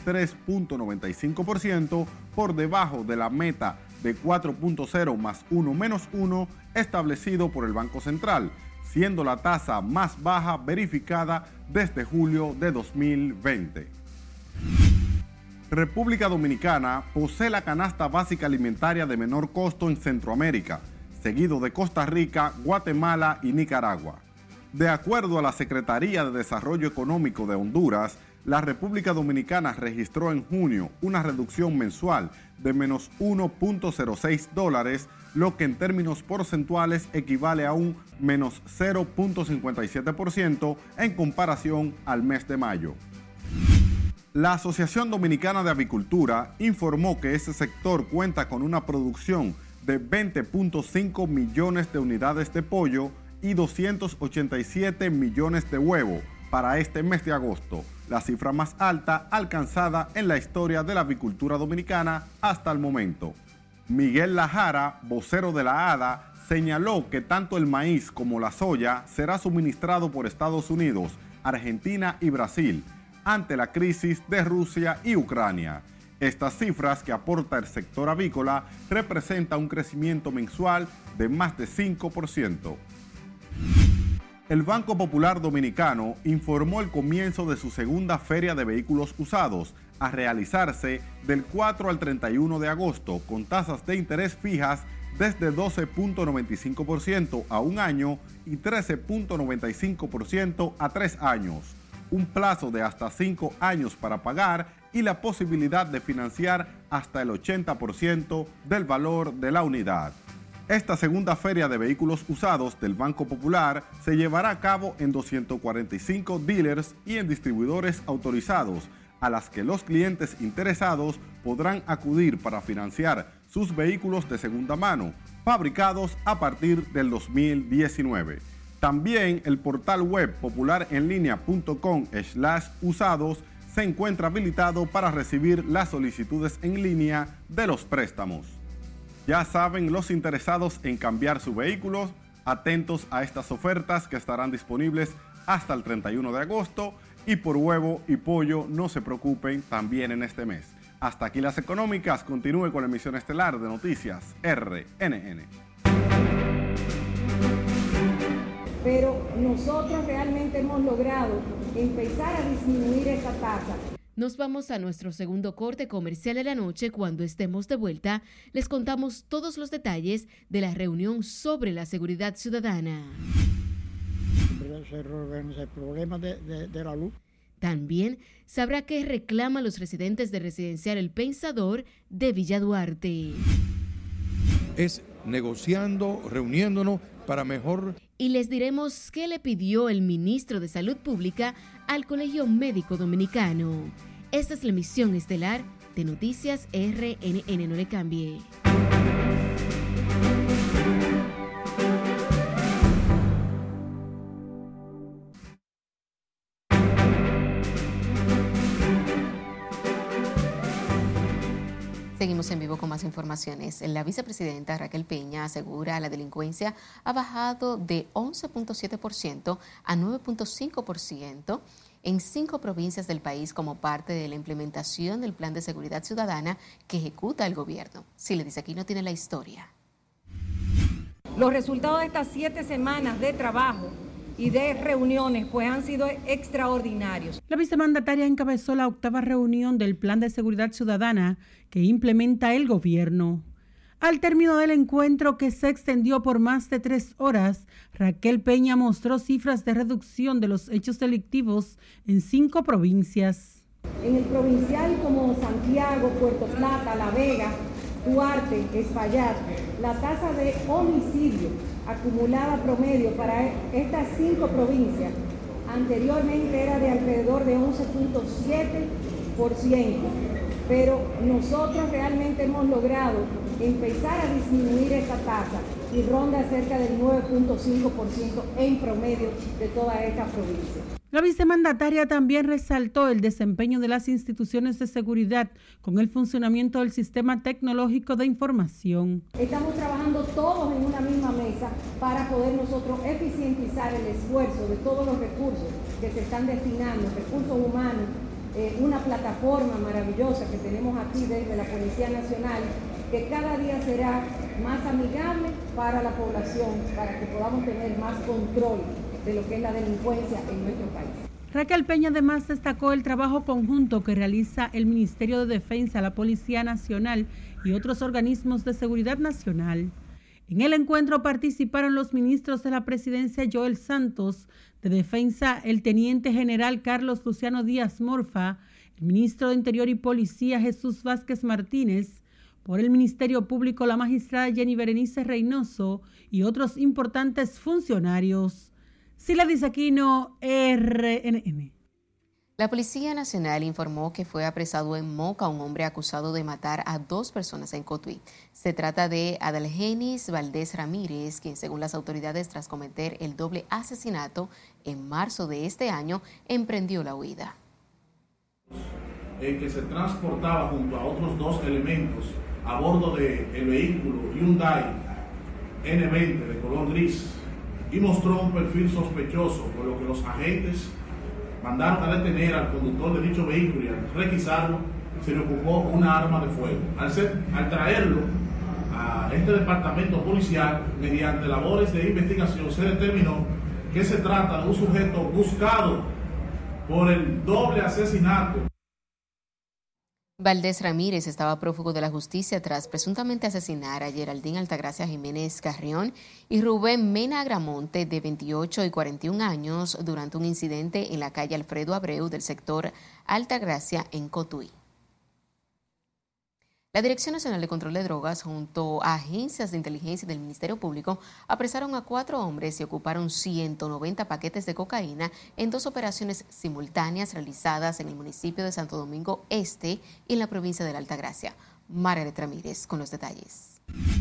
3.95% por debajo de la meta de 4.0 más 1 menos 1 establecido por el Banco Central, siendo la tasa más baja verificada desde julio de 2020. República Dominicana posee la canasta básica alimentaria de menor costo en Centroamérica, seguido de Costa Rica, Guatemala y Nicaragua. De acuerdo a la Secretaría de Desarrollo Económico de Honduras, la República Dominicana registró en junio una reducción mensual de menos $1.06, lo que en términos porcentuales equivale a un menos 0.57% en comparación al mes de mayo. La Asociación Dominicana de Avicultura informó que ese sector cuenta con una producción de 20.5 millones de unidades de pollo y 287 millones de huevos para este mes de agosto, la cifra más alta alcanzada en la historia de la avicultura dominicana hasta el momento. Miguel Lajara, vocero de la ADA, señaló que tanto el maíz como la soya será suministrado por Estados Unidos, Argentina y Brasil ante la crisis de Rusia y Ucrania. Estas cifras que aporta el sector avícola representan un crecimiento mensual de más de 5%. El Banco Popular Dominicano informó el comienzo de su segunda feria de vehículos usados a realizarse del 4 al 31 de agosto con tasas de interés fijas desde 12.95% a un año y 13.95% a 3 años, un plazo de hasta 5 años para pagar y la posibilidad de financiar hasta el 80% del valor de la unidad. Esta segunda feria de vehículos usados del Banco Popular se llevará a cabo en 245 dealers y en distribuidores autorizados, a las que los clientes interesados podrán acudir para financiar sus vehículos de segunda mano, fabricados a partir del 2019. También el portal web popularenlinea.com/usados se encuentra habilitado para recibir las solicitudes en línea de los préstamos. Ya saben, los interesados en cambiar su vehículo, atentos a estas ofertas que estarán disponibles hasta el 31 de agosto y por huevo y pollo no se preocupen también en este mes. Hasta aquí las económicas. Continúe con la emisión estelar de Noticias RNN. Pero nosotros realmente hemos logrado empezar a disminuir esa tasa. Nos vamos a nuestro segundo corte comercial de la noche. Cuando estemos de vuelta, les contamos todos los detalles de la reunión sobre la seguridad ciudadana. El problema de la luz. También sabrá qué reclaman los residentes de Residencial El Pensador de Villa Duarte. Es negociando, reuniéndonos para mejor. Y les diremos qué le pidió el ministro de Salud Pública al Colegio Médico Dominicano. Esta es la emisión estelar de Noticias RNN. No le cambie. Seguimos en vivo con más informaciones. La vicepresidenta Raquel Peña asegura la delincuencia ha bajado de 11.7% a 9.5% en 5 provincias del país como parte de la implementación del Plan de Seguridad Ciudadana que ejecuta el gobierno. Siledis Aquino tiene la historia. Los resultados de estas 7 semanas de trabajo y de reuniones pues han sido extraordinarios. La vicemandataria encabezó la 8ª reunión del Plan de Seguridad Ciudadana que implementa el gobierno. Al término del encuentro, que se extendió por más de 3 horas, Raquel Peña mostró cifras de reducción de los hechos delictivos en 5 provincias. En el provincial como Santiago, Puerto Plata, La Vega, Duarte, Espaillat, la tasa de homicidio acumulada promedio para estas 5 provincias anteriormente era de alrededor de 11.7%, pero nosotros realmente hemos logrado empezar a disminuir esta tasa y ronda cerca del 9.5% en promedio de todas estas provincias. La vicemandataria también resaltó el desempeño de las instituciones de seguridad con el funcionamiento del sistema tecnológico de información. Estamos trabajando todos en una misma mesa para poder nosotros eficientizar el esfuerzo de todos los recursos que se están destinando, recursos humanos, una plataforma maravillosa que tenemos aquí desde la Policía Nacional, que cada día será más amigable para la población, para que podamos tener más control de lo que es la delincuencia en nuestro país. Raquel Peña además destacó el trabajo conjunto que realiza el Ministerio de Defensa, la Policía Nacional y otros organismos de seguridad nacional. En el encuentro participaron los ministros de la Presidencia Joel Santos, de Defensa el Teniente General Carlos Luciano Díaz Morfa, el ministro de Interior y Policía Jesús Vázquez Martínez, por el Ministerio Público la magistrada Jenny Berenice Reynoso y otros importantes funcionarios. Siladis Aquino, RNN. La Policía Nacional informó que fue apresado en Moca un hombre acusado de matar a 2 personas en Cotuí. Se trata de Adalgenis Valdés Ramírez, quien según las autoridades tras cometer el doble asesinato en marzo de este año, emprendió la huida. El que se transportaba junto a otros 2 elementos a bordo del vehículo Hyundai N20 de color gris y mostró un perfil sospechoso, por lo que los agentes mandaron a detener al conductor de dicho vehículo y al requisarlo se le ocupó una arma de fuego. Al traerlo a este departamento policial, mediante labores de investigación, se determinó que se trata de un sujeto buscado por el doble asesinato. Valdés Ramírez estaba prófugo de la justicia tras presuntamente asesinar a Geraldine Altagracia Jiménez Carrión y Rubén Mena Agramonte, de 28 y 41 años, durante un incidente en la calle Alfredo Abreu del sector Altagracia en Cotuí. La Dirección Nacional de Control de Drogas, junto a agencias de inteligencia del Ministerio Público, apresaron a 4 hombres y ocuparon 190 paquetes de cocaína en 2 operaciones simultáneas realizadas en el municipio de Santo Domingo Este y en la provincia de la Altagracia. Margaret Ramírez con los detalles.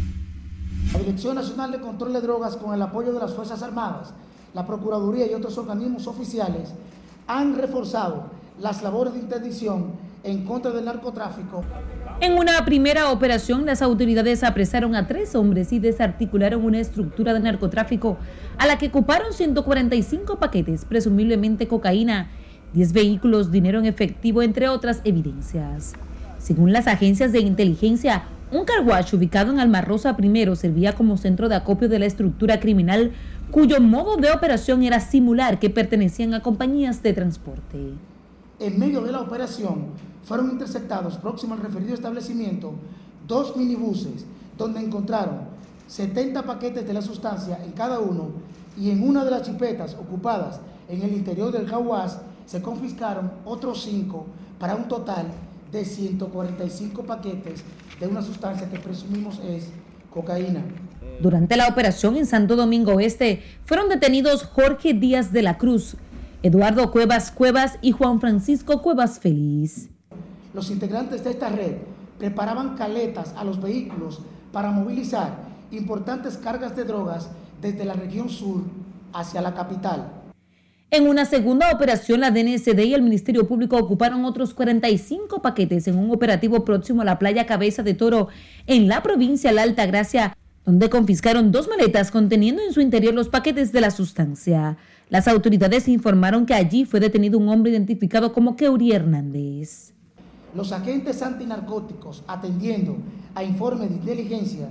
La Dirección Nacional de Control de Drogas, con el apoyo de las Fuerzas Armadas, la Procuraduría y otros organismos oficiales, han reforzado las labores de interdicción en contra del narcotráfico. En una primera operación, las autoridades apresaron a 3 hombres y desarticularon una estructura de narcotráfico a la que ocuparon 145 paquetes, presumiblemente cocaína, 10 vehículos, dinero en efectivo, entre otras evidencias. Según las agencias de inteligencia, un car wash ubicado en Almarrosa I servía como centro de acopio de la estructura criminal, cuyo modo de operación era simular que pertenecían a compañías de transporte. En medio de la operación, fueron interceptados próximo al referido establecimiento 2 minibuses donde encontraron 70 paquetes de la sustancia en cada uno, y en una de las chipetas ocupadas en el interior del Caguas se confiscaron otros 5 para un total de 145 paquetes de una sustancia que presumimos es cocaína. Durante la operación en Santo Domingo Este fueron detenidos Jorge Díaz de la Cruz, Eduardo Cuevas y Juan Francisco Cuevas Feliz. Los integrantes de esta red preparaban caletas a los vehículos para movilizar importantes cargas de drogas desde la región sur hacia la capital. En una segunda operación, la DNCD y el Ministerio Público ocuparon otros 45 paquetes en un operativo próximo a la playa Cabeza de Toro, en la provincia de la Altagracia, donde confiscaron 2 maletas conteniendo en su interior los paquetes de la sustancia. Las autoridades informaron que allí fue detenido un hombre identificado como Keuri Hernández. Los agentes antinarcóticos, atendiendo a informes de inteligencia,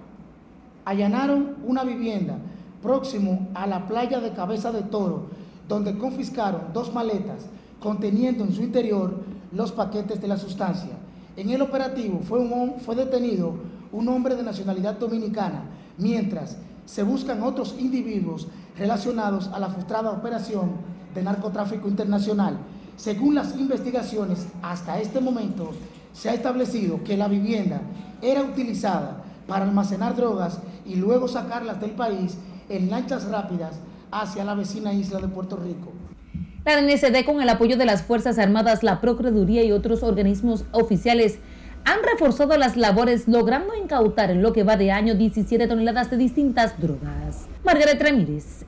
allanaron una vivienda próximo a la playa de Cabeza de Toro, donde confiscaron 2 maletas conteniendo en su interior los paquetes de la sustancia. En el operativo fue detenido un hombre de nacionalidad dominicana, mientras se buscan otros individuos relacionados a la frustrada operación de narcotráfico internacional. Según las investigaciones, hasta este momento se ha establecido que la vivienda era utilizada para almacenar drogas y luego sacarlas del país en lanchas rápidas hacia la vecina isla de Puerto Rico. La DNCD, con el apoyo de las Fuerzas Armadas, la Procuraduría y otros organismos oficiales, han reforzado las labores, logrando incautar en lo que va de año 17 toneladas de distintas drogas. Margaret Ramírez,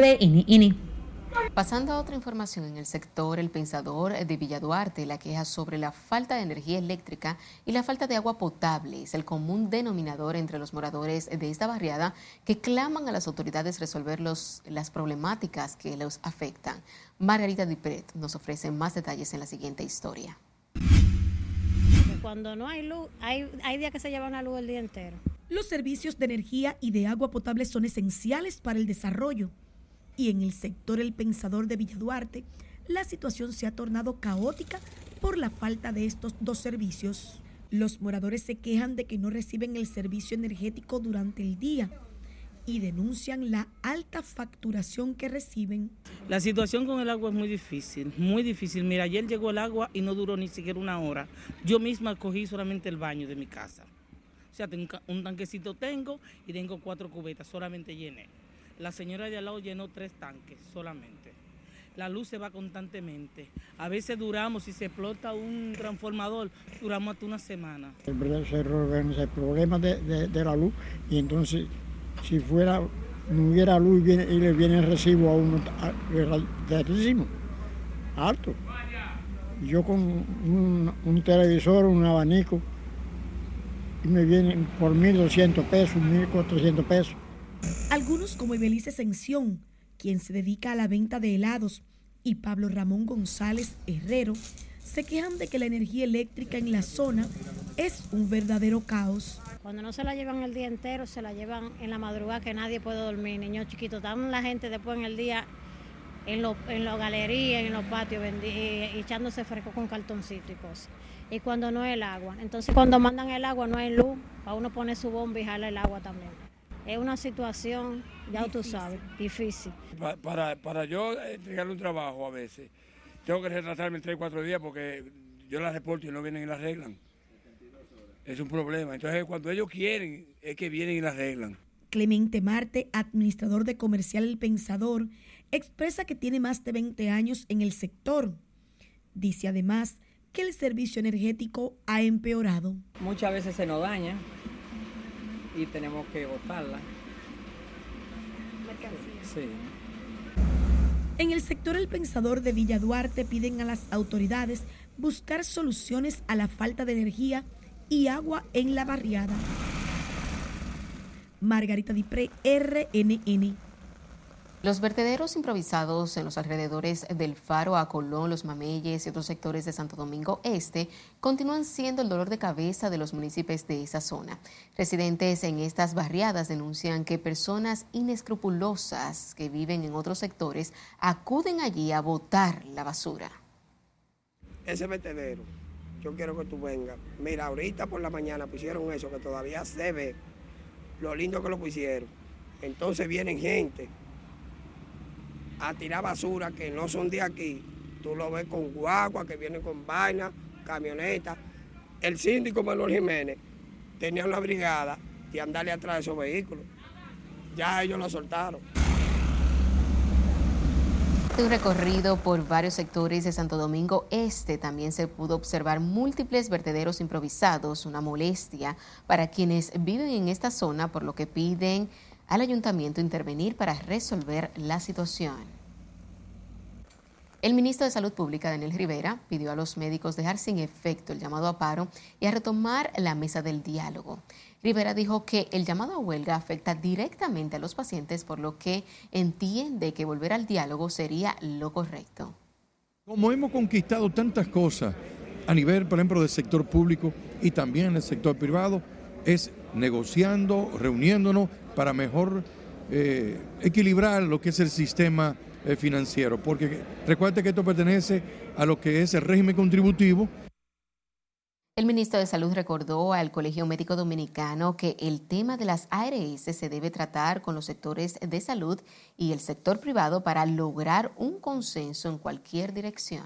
RNN. Pasando a otra información, en el sector El Pensador de Villa Duarte, la queja sobre la falta de energía eléctrica y la falta de agua potable es el común denominador entre los moradores de esta barriada, que claman a las autoridades resolver las problemáticas que los afectan. Margarita Dipret nos ofrece más detalles en la siguiente historia. Cuando no hay luz, hay días que se llevan la luz el día entero. Los servicios de energía y de agua potable son esenciales para el desarrollo. Y en el sector El Pensador de Villa Duarte, la situación se ha tornado caótica por la falta de estos 2 servicios. Los moradores se quejan de que no reciben el servicio energético durante el día y denuncian la alta facturación que reciben. La situación con el agua es muy difícil, muy difícil. Mira, ayer llegó el agua y no duró ni siquiera una hora. Yo misma cogí solamente el baño de mi casa. O sea, un tanquecito tengo y tengo 4 cubetas, solamente llené. La señora de al lado llenó 3 tanques solamente. La luz se va constantemente. A veces duramos, si se explota un transformador, duramos hasta una semana. Se organiza el problema de la luz y entonces si no hubiera luz y le viene el recibo a uno alto. Yo con un televisor, un abanico, y me vienen por 1.200 pesos, 1.400 pesos. Algunos como Ibelice Ascensión, quien se dedica a la venta de helados, y Pablo Ramón González Herrero, se quejan de que la energía eléctrica en la zona es un verdadero caos. Cuando no se la llevan el día entero, se la llevan en la madrugada que nadie puede dormir, niños chiquitos. Están la gente después en el día en las galerías, en los patios, echándose fresco con cartoncito y cosas. Y cuando no es el agua. Entonces cuando mandan el agua no hay luz, para uno poner su bomba y jalar el agua también. Es una situación, ya difícil. Tú sabes, difícil. Para yo entregarle un trabajo a veces, tengo que retrasarme en 3 o 4 días porque yo la reporto y no vienen y la arreglan. Es un problema. Entonces, cuando ellos quieren, es que vienen y la arreglan. Clemente Marte, administrador de Comercial El Pensador, expresa que tiene más de 20 años en el sector. Dice además que el servicio energético ha empeorado. Muchas veces se nos daña y tenemos que botarla. Sí. En el sector El Pensador de Villa Duarte piden a las autoridades buscar soluciones a la falta de energía y agua en la barriada. Margarita Dipré, RNN. Los vertederos improvisados en los alrededores del Faro a Colón, Los Mameyes y otros sectores de Santo Domingo Este continúan siendo el dolor de cabeza de los municipios de esa zona. Residentes en estas barriadas denuncian que personas inescrupulosas que viven en otros sectores acuden allí a botar la basura. Ese vertedero, yo quiero que tú vengas. Mira, ahorita por la mañana pusieron eso, que todavía se ve lo lindo que lo pusieron. Entonces vienen gente a tirar basura que no son de aquí. Tú lo ves con guagua, que vienen con vaina, camioneta. El síndico Manuel Jiménez tenía una brigada de andarle atrás de esos vehículos. Ya ellos lo soltaron. Un recorrido por varios sectores de Santo Domingo Este también se pudo observar múltiples vertederos improvisados, una molestia para quienes viven en esta zona, por lo que piden al ayuntamiento intervenir para resolver la situación. El ministro de Salud Pública, Daniel Rivera, pidió a los médicos dejar sin efecto el llamado a paro y a retomar la mesa del diálogo. Rivera dijo que el llamado a huelga afecta directamente a los pacientes, por lo que entiende que volver al diálogo sería lo correcto. Como hemos conquistado tantas cosas a nivel, por ejemplo, del sector público y también en el sector privado, es negociando, reuniéndonos para mejor equilibrar lo que es el sistema financiero, porque recuerde que esto pertenece a lo que es el régimen contributivo. El ministro de Salud recordó al Colegio Médico Dominicano que el tema de las ARS se debe tratar con los sectores de salud y el sector privado para lograr un consenso en cualquier dirección.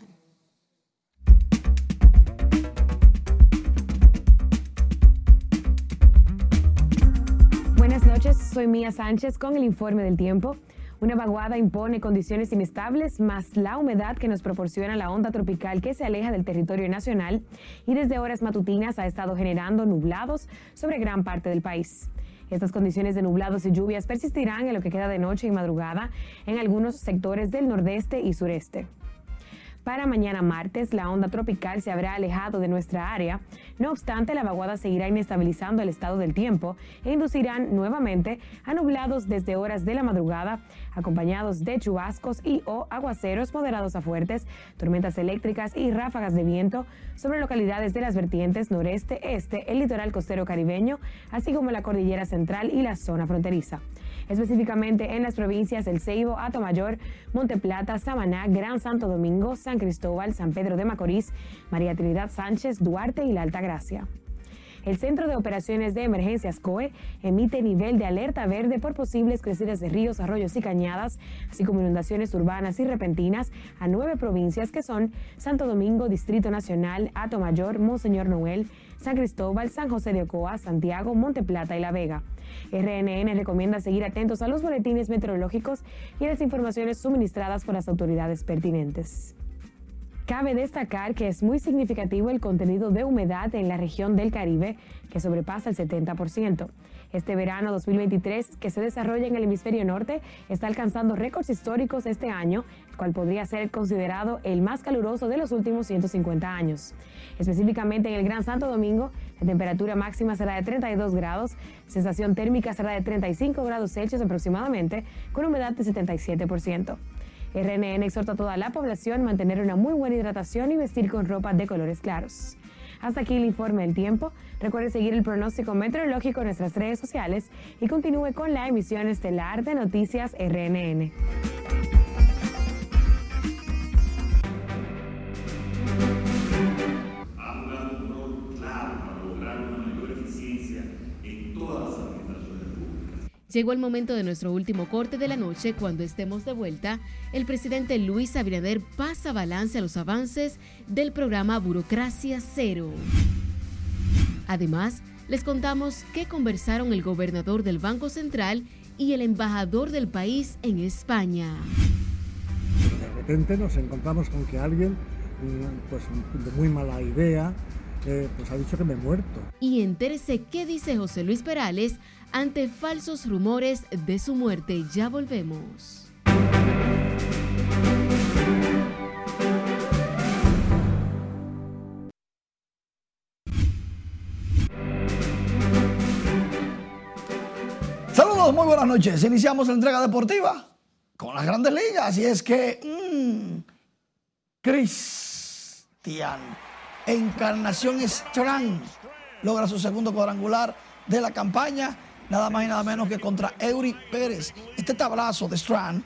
Buenas noches, soy Mía Sánchez con el informe del tiempo. Una vaguada impone condiciones inestables, más la humedad que nos proporciona la onda tropical que se aleja del territorio nacional y desde horas matutinas ha estado generando nublados sobre gran parte del país. Estas condiciones de nublados y lluvias persistirán en lo que queda de noche y madrugada en algunos sectores del nordeste y sureste. Para mañana martes, la onda tropical se habrá alejado de nuestra área. No obstante, la vaguada seguirá inestabilizando el estado del tiempo e inducirán nuevamente a nublados desde horas de la madrugada, acompañados de chubascos y o aguaceros moderados a fuertes, tormentas eléctricas y ráfagas de viento sobre localidades de las vertientes noreste, este, el litoral costero caribeño, así como la cordillera central y la zona fronteriza. Específicamente en las provincias El Ceibo, Atomayor, Monte Plata, Samaná, Gran Santo Domingo, San Cristóbal, San Pedro de Macorís, María Trinidad Sánchez, Duarte y la Altagracia. El Centro de Operaciones de Emergencias COE emite nivel de alerta verde por posibles crecidas de ríos, arroyos y cañadas, así como inundaciones urbanas y repentinas a 9 provincias que son Santo Domingo, Distrito Nacional, Atomayor, Monseñor Noel, San Cristóbal, San José de Ocoa, Santiago, Monte Plata y La Vega. RNN recomienda seguir atentos a los boletines meteorológicos y a las informaciones suministradas por las autoridades pertinentes. Cabe destacar que es muy significativo el contenido de humedad en la región del Caribe, que sobrepasa el 70%. Este verano 2023, que se desarrolla en el hemisferio norte, está alcanzando récords históricos este año, el cual podría ser considerado el más caluroso de los últimos 150 años. Específicamente en el Gran Santo Domingo, la temperatura máxima será de 32 grados, sensación térmica será de 35 grados Celsius aproximadamente, con humedad de 77%. RNN exhorta a toda la población a mantener una muy buena hidratación y vestir con ropa de colores claros. Hasta aquí el informe del tiempo. Recuerde seguir el pronóstico meteorológico en nuestras redes sociales y continúe con la emisión estelar de Noticias RNN. Llegó el momento de nuestro último corte de la noche. Cuando estemos de vuelta, el presidente Luis Abinader pasa balance a los avances del programa Burocracia Cero. Además, les contamos qué conversaron el gobernador del Banco Central y el embajador del país en España. De repente nos encontramos con que alguien, pues de muy mala idea, pues ha dicho que me he muerto. Y entérese qué dice José Luis Perales ante falsos rumores de su muerte. Ya volvemos. Saludos, muy buenas noches. Iniciamos la entrega deportiva con las Grandes Ligas. Y es que Cristian Encarnación Strand logra su segundo cuadrangular de la campaña, nada más y nada menos que contra Eury Pérez. Este tablazo de Strand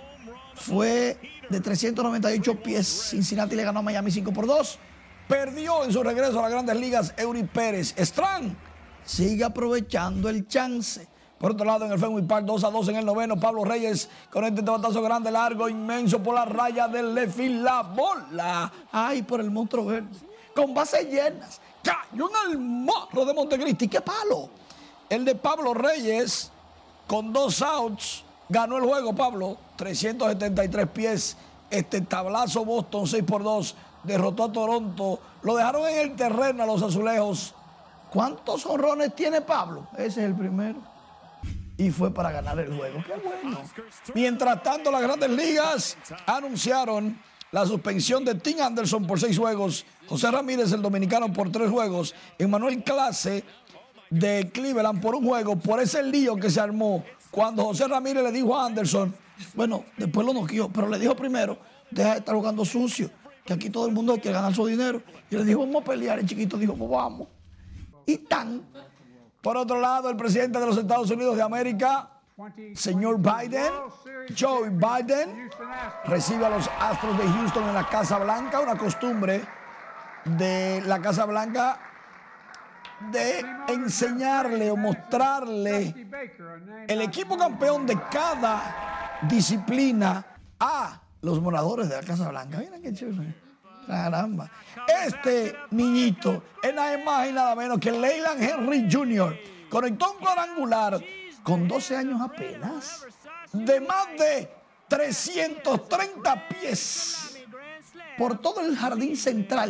fue de 398 pies. Cincinnati le ganó a Miami 5-2. Perdió en su regreso a las Grandes Ligas Eury Pérez. Strand sigue aprovechando el chance. Por otro lado, en el Fenway Park, 2-2 en el noveno, Pablo Reyes con este batazo grande, largo, inmenso por la raya del left field. La bola, ay, por el monstruo verde, con bases llenas, cayó en el morro de Montecristi. ¡Qué palo! El de Pablo Reyes, con 2 outs, ganó el juego. Pablo, 373 pies. Este tablazo Boston, 6-2, derrotó a Toronto. Lo dejaron en el terreno a los azulejos. ¿Cuántos jonrones tiene Pablo? Ese es el primero. Y fue para ganar el juego. ¡Qué bueno! Mientras tanto, las Grandes Ligas anunciaron la suspensión de Tim Anderson por 6 juegos, José Ramírez, el dominicano, por 3 juegos, Emmanuel Clase de Cleveland por 1 juego, por ese lío que se armó cuando José Ramírez le dijo a Anderson, bueno, después lo noqueó, pero le dijo primero, deja de estar jugando sucio, que aquí todo el mundo quiere ganar su dinero. Y le dijo, vamos a pelear. El chiquito dijo, pues vamos. Y tan. Por otro lado, el presidente de los Estados Unidos de América, señor Biden, Joe Biden, recibe a los Astros de Houston en la Casa Blanca, una costumbre de la Casa Blanca de enseñarle o mostrarle el equipo campeón de cada disciplina a los moradores de la Casa Blanca. Miren qué chulo. Caramba. Este niñito es nada más y nada menos que Leyland Henry Jr. Conectó un cuadrangular con 12 años apenas, de más de 330 pies por todo el jardín central.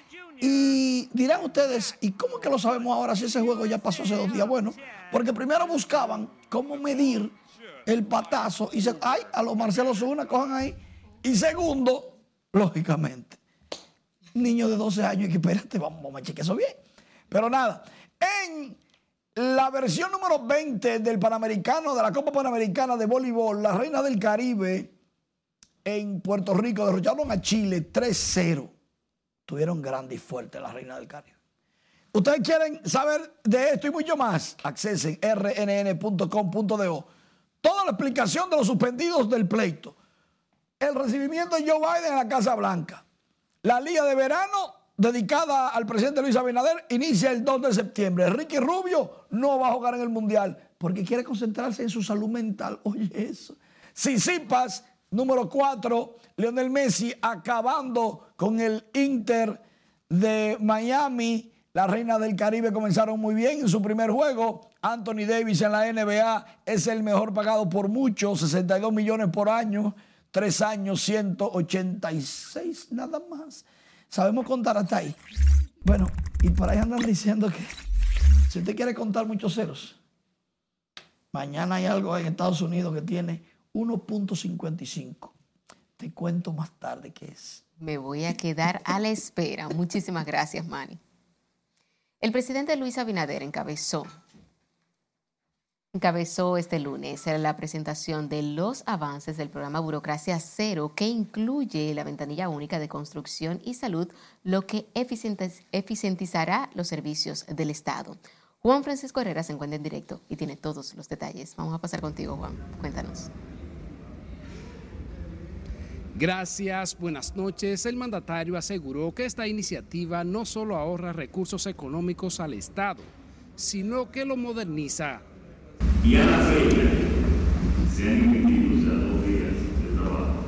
Y dirán ustedes, ¿y cómo es que lo sabemos ahora si ese juego ya pasó hace 2 días? Bueno, porque primero buscaban cómo medir el patazo y ay, a los Marcelo Zuna, cojan ahí. Y segundo, lógicamente, niño de 12 años, y que espérate, vamos a chequear eso bien. Pero nada, en la versión número 20 del Panamericano, de la Copa Panamericana de Voleibol, la Reina del Caribe en Puerto Rico derrotaron a Chile 3-0. Tuvieron grande y fuerte la Reina del Caribe. Ustedes quieren saber de esto y mucho más, accesen rnn.com.do. Toda la explicación de los suspendidos del pleito. El recibimiento de Joe Biden en la Casa Blanca. La Liga de Verano dedicada al presidente Luis Abinader inicia el 2 de septiembre. Ricky Rubio no va a jugar en el Mundial porque quiere concentrarse en su salud mental. Oye, eso. Tsitsipas, número 4, Lionel Messi acabando con el Inter de Miami. Las Reinas del Caribe comenzaron muy bien en su primer juego. Anthony Davis en la NBA es el mejor pagado por mucho, 62 millones por año, 3 años, 186 nada más. Sabemos contar hasta ahí. Bueno, y por ahí andan diciendo que si usted quiere contar muchos ceros, mañana hay algo en Estados Unidos que tiene 1.55. Te cuento más tarde qué es. Me voy a quedar a la espera. Muchísimas gracias, Manny. El presidente Luis Abinader encabezó este lunes la presentación de los avances del programa Burocracia Cero, que incluye la ventanilla única de construcción y salud, lo que eficientizará los servicios del Estado. Juan Francisco Herrera se encuentra en directo y tiene todos los detalles. Vamos a pasar contigo, Juan. Cuéntanos. Gracias, buenas noches. El mandatario aseguró que esta iniciativa no solo ahorra recursos económicos al Estado, sino que lo moderniza. Y a la fecha se han emitido ya 2 días de trabajo,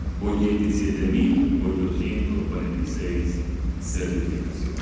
87.846 certificaciones.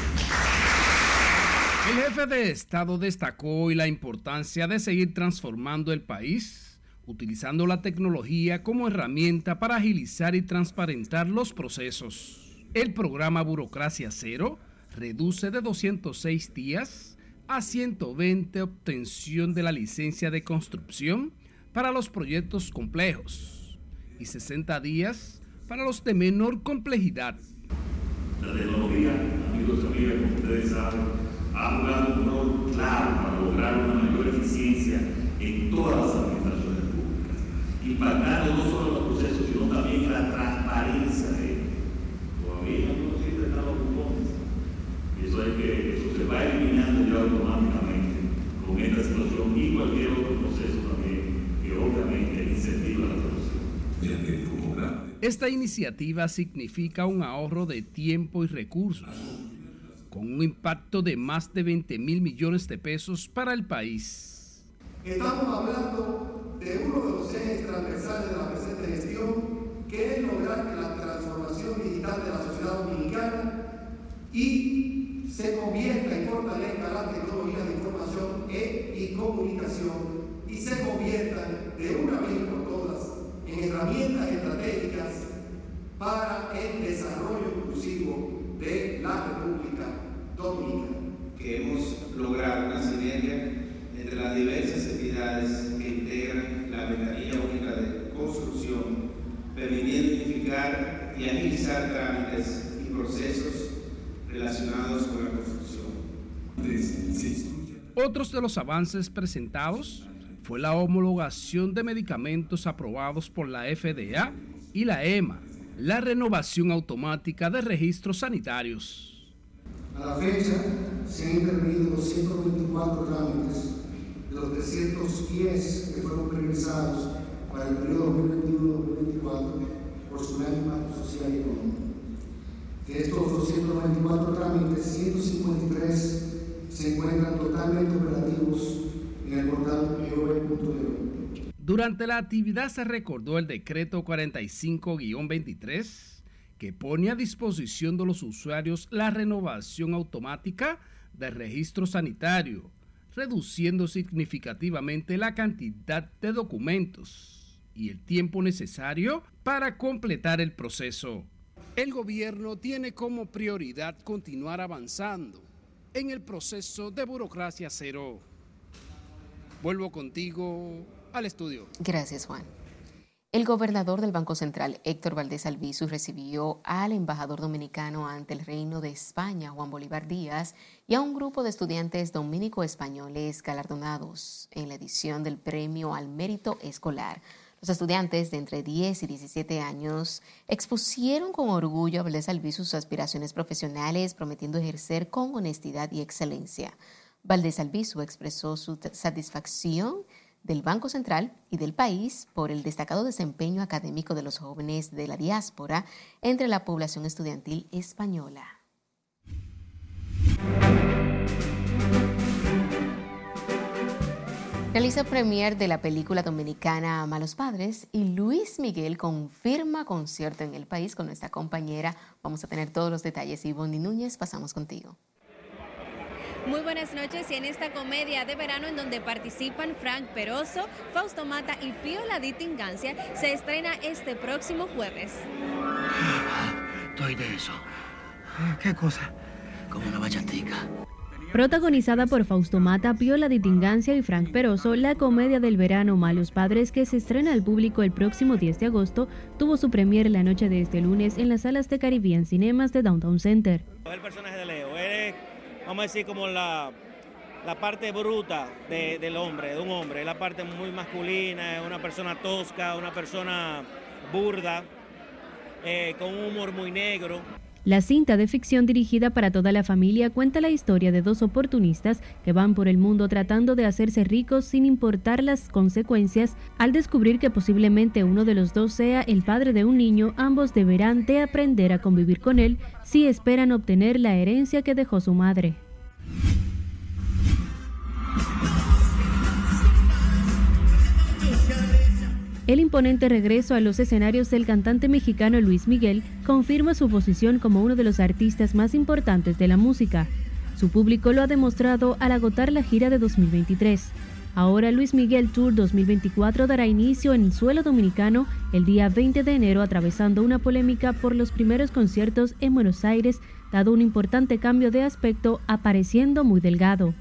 El jefe de Estado destacó hoy la importancia de seguir transformando el país, utilizando la tecnología como herramienta para agilizar y transparentar los procesos. El programa Burocracia Cero reduce de 206 días a 120 obtención de la licencia de construcción para los proyectos complejos y 60 días para los de menor complejidad. La tecnología, amigos y amigas, como ustedes saben, ha jugado un rol clave para lograr una mayor eficiencia en todas las administraciones públicas, impactando no solo los procesos, sino también en la transparencia de ellos. Todavía no siempre están los cupones. Eso se va eliminando ya automáticamente con esta situación y cualquier otro proceso también que obviamente incentiva la producción. Esta iniciativa significa un ahorro de tiempo y recursos, con un impacto de más de 20.000 millones de pesos para el país. Estamos hablando de uno de los ejes transversales de la presente gestión, que es lograr que la transformación digital de la sociedad dominicana y se convierta y fortalezca las tecnologías de información y comunicación y se conviertan de una vez por todas en herramientas estratégicas para el desarrollo inclusivo de la República Dominicana. Que hemos logrado una sinergia entre las diversas entidades que integran la ventanilla única de construcción, permitiendo unificar y agilizar trámites y procesos relacionados con la construcción. Otros de los avances presentados fue la homologación de medicamentos aprobados por la FDA y la EMA, la renovación automática de registros sanitarios. A la fecha se han intervenido 224 trámites de los 310 que fueron priorizados para el periodo 2021-2024 por su gran impacto social y económico. De estos 294 trámites, 153 se encuentran totalmente operativos en el portal eov.de. Durante la actividad se recordó el decreto 45-23 que pone a disposición de los usuarios la renovación automática del registro sanitario, reduciendo significativamente la cantidad de documentos y el tiempo necesario para completar el proceso. El gobierno tiene como prioridad continuar avanzando en el proceso de Burocracia Cero. Vuelvo contigo al estudio. Gracias, Juan. El gobernador del Banco Central, Héctor Valdés Albizu, recibió al embajador dominicano ante el Reino de España, Juan Bolívar Díaz, y a un grupo de estudiantes dominico-españoles galardonados en la edición del Premio al Mérito Escolar. Los estudiantes de entre 10 y 17 años expusieron con orgullo a Valdés Albizu sus aspiraciones profesionales, prometiendo ejercer con honestidad y excelencia. Valdés Albizu expresó su satisfacción del Banco Central y del país por el destacado desempeño académico de los jóvenes de la diáspora entre la población estudiantil española. Realiza premier de la película dominicana Malos Padres y Luis Miguel confirma concierto en el país con nuestra compañera. Vamos a tener todos los detalles. Ivonne Núñez, pasamos contigo. Muy buenas noches, y en esta comedia de verano en donde participan Frank Peroso, Fausto Mata y Pío La Distingancia, se estrena este próximo jueves. Estoy de eso. ¿Qué cosa? Como una bachatica. Protagonizada por Fausto Mata, Pío La Distingancia y Frank Peroso, la comedia del verano Malos Padres, que se estrena al público el próximo 10 de agosto, tuvo su premier la noche de este lunes en las salas de Caribbean Cinemas de Downtown Center. El personaje de Leo, él es, vamos a decir, como la parte bruta del hombre, de un hombre, es la parte muy masculina, es una persona tosca, una persona burda, con un humor muy negro. La cinta de ficción dirigida para toda la familia cuenta la historia de dos oportunistas que van por el mundo tratando de hacerse ricos sin importar las consecuencias. Al descubrir que posiblemente uno de los dos sea el padre de un niño, ambos deberán de aprender a convivir con él si esperan obtener la herencia que dejó su madre. El imponente regreso a los escenarios del cantante mexicano Luis Miguel confirma su posición como uno de los artistas más importantes de la música. Su público lo ha demostrado al agotar la gira de 2023. Ahora Luis Miguel Tour 2024 dará inicio en el suelo dominicano el día 20 de enero, atravesando una polémica por los primeros conciertos en Buenos Aires, dado un importante cambio de aspecto, apareciendo muy delgado.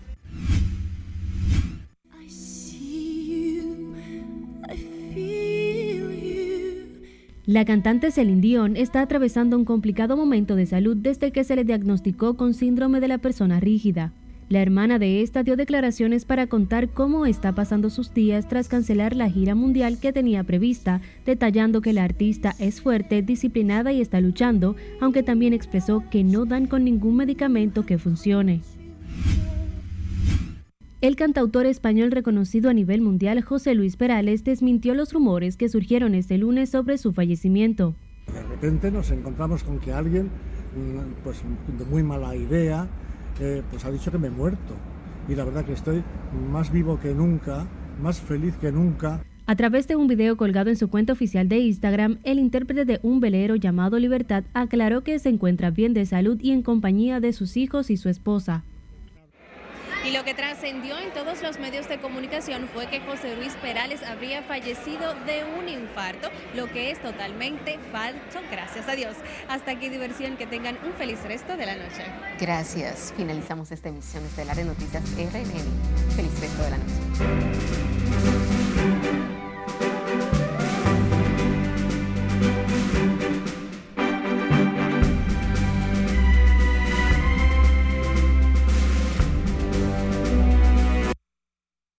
La cantante Celine Dion está atravesando un complicado momento de salud desde que se le diagnosticó con síndrome de la persona rígida. La hermana de esta dio declaraciones para contar cómo está pasando sus días tras cancelar la gira mundial que tenía prevista, detallando que la artista es fuerte, disciplinada y está luchando, aunque también expresó que no dan con ningún medicamento que funcione. El cantautor español reconocido a nivel mundial José Luis Perales desmintió los rumores que surgieron este lunes sobre su fallecimiento. De repente nos encontramos con que alguien, pues de muy mala idea, pues ha dicho que me he muerto. Y la verdad que estoy más vivo que nunca, más feliz que nunca. A través de un video colgado en su cuenta oficial de Instagram, el intérprete de un velero llamado Libertad aclaró que se encuentra bien de salud y en compañía de sus hijos y su esposa. Y lo que trascendió en todos los medios de comunicación fue que José Luis Perales habría fallecido de un infarto, lo que es totalmente falso, gracias a Dios. Hasta aquí diversión, que tengan un feliz resto de la noche. Gracias. Finalizamos esta emisión estelar de Noticias RNN. Feliz resto de la noche.